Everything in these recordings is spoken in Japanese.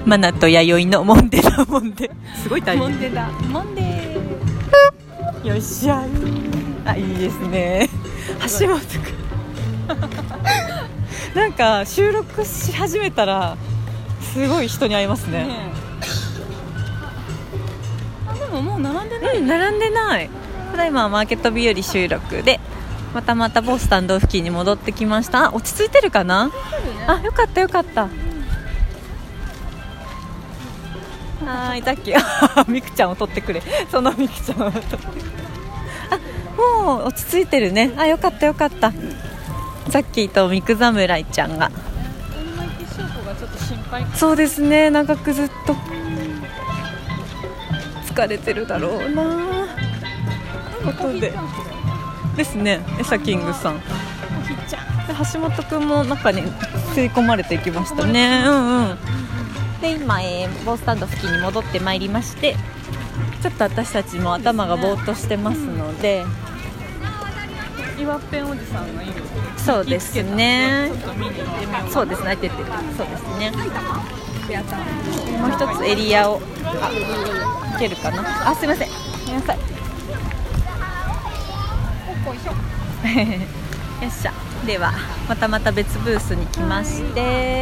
マナと弥生のモンデだモンデ、すごい大変。 モンデだモンデよっしゃあ、いいですね。橋本くんなんか収録し始めたらすごい人に会いますね。 あ、でももう並んでない、 並んでない。ただいまはマーケット日和収録で、また某スタンド付近に戻ってきました。あ、落ち着いてるかな、あ、よかったよかった。はい、さっきみくちゃんを撮ってくれ、そのみくちゃんを撮ってくれ。あ、もう落ち着いてるね。あ、よかったよかった。ザッキーとミク侍ちゃんが。 女池翔子がちょっと心配。 そうですね、長くずっと疲れてるだろうなことでですね。エサキングさんで橋本くんも中に吸い込まれていきましたね。で今、ボスタンド付近に戻ってまいりまして、ちょっと私たちも頭がぼーっとしてますので、 岩っぺんおじさんがいる。 そうですね、 ちょっと見に行ってみよう。 そうですね、そうですね。 やったもう一つエリアをいけるかな。あ、すいません、ごめんなさい。 よいしょよっしゃ。ではまた別ブースに来まして、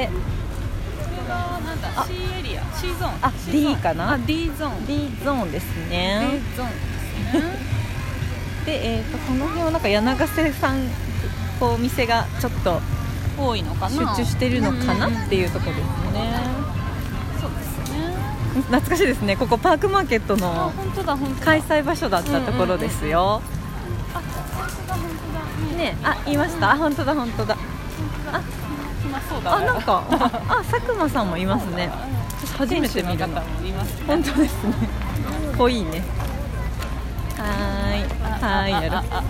なんだ C エリア C ゾーン、 あ、D かな。 あ、D ゾーン D ゾーンですね。 D ゾーンですねで、この辺はなんか柳瀬さんこうお店がちょっと多いのかな、 集中してるのかなっていうところですね。 そうですね。 懐かしいですね。ここパークマーケットの本当だ開催場所だったところですよ。 あ、本当だね、あ、言いました。あ、本当だ。 暇そうだね。 あ、なんか佐久間さんもいますね。私初めて見るの。本当ですね。濃いね。はーいやる。なんか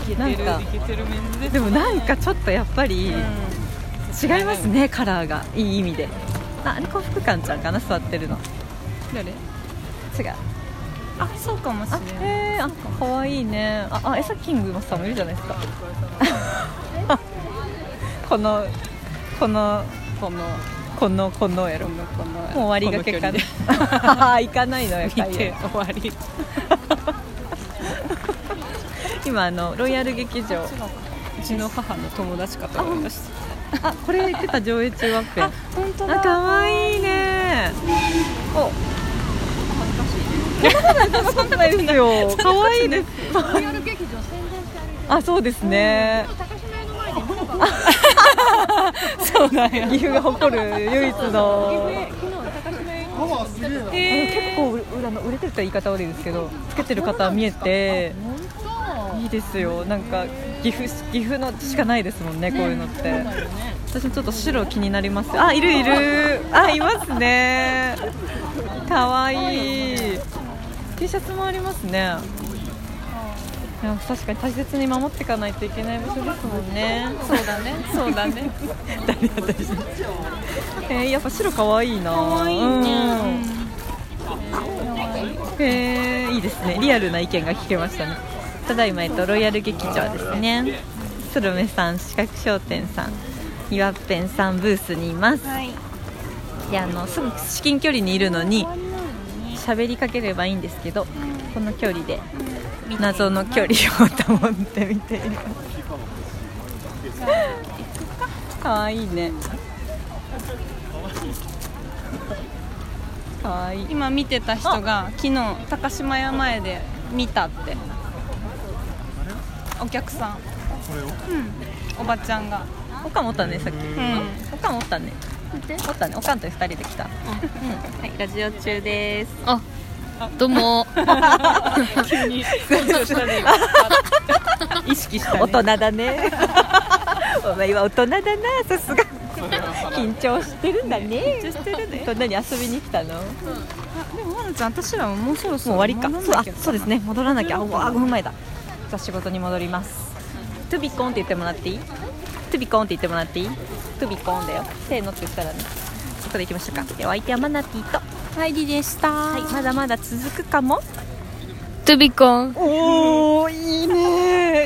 でもなんかちょっとやっぱり違いますね、カラーがいい意味で。あれ幸福感ちゃんかな、座ってるの。 誰？ 違う。 あ、そうかもしれない。 あ、かわいいね。あ、エサキングのさんもいるじゃないですか。このやろ。もう終わりがけかな。行かないのよ。見て終わり。今ロイヤル劇場、 うちの母の友達かと思いました。 あ、これ言ってた上映中ワッペン。 あ、本当だ。 かわいいね。お、そんなことないですよ。かわいいです。 ロイヤル劇場宣伝してある。 あ、そうですね。 高島屋の前にそうなんや。 岐阜が誇る唯一の。 昨日高島屋結構売れてると言い方悪いですけど、つけてる方見えていいですよ。なんか岐阜のしかないですもんね、こういうのって。私もちょっと白気になります。あ、いる。あ、いますね。かわいい。T シャツもありますね。いや、確かに大切に守っていかないといけない場所ですもんね。 そうだね。 やっぱ白かわいいな。 かわいいね。 いいですね。リアルな意見が聞けましたね。ただいまロイヤル劇場ですね。スルメさん、四角商店さん、岩っぺんさんブースにいます。 はい。 ですぐ至近距離にいるのに喋りかければいいんですけど、この距離で謎の距離を保ってみている。かわいいね。かわいい。 今見てた人が昨日高島屋前で見たって。お客さん。おばちゃんが。 おかんおったね、さっき。おかんおったね。おったね。おかんと2人で来た。はい、ラジオ中です。 あ、どうも。 急に意識したね。大人だね。お前は大人だな、さすが。緊張してるんだね。大人に遊びに来たの。 でもまなちゃん、私らももうそろそろもう終わりか。そうですね、戻らなきゃ。5分前だ。じゃあ仕事に戻ります。トゥビコンって言ってもらっていい？トゥビコンって言ってもらっていい？トゥビコンだよ。せーのって言ったらね。そこで行きましょうか。では相手はマナティとハイリでした。 はい、まだまだ続くかも。 トゥビコン。 おー、いいね。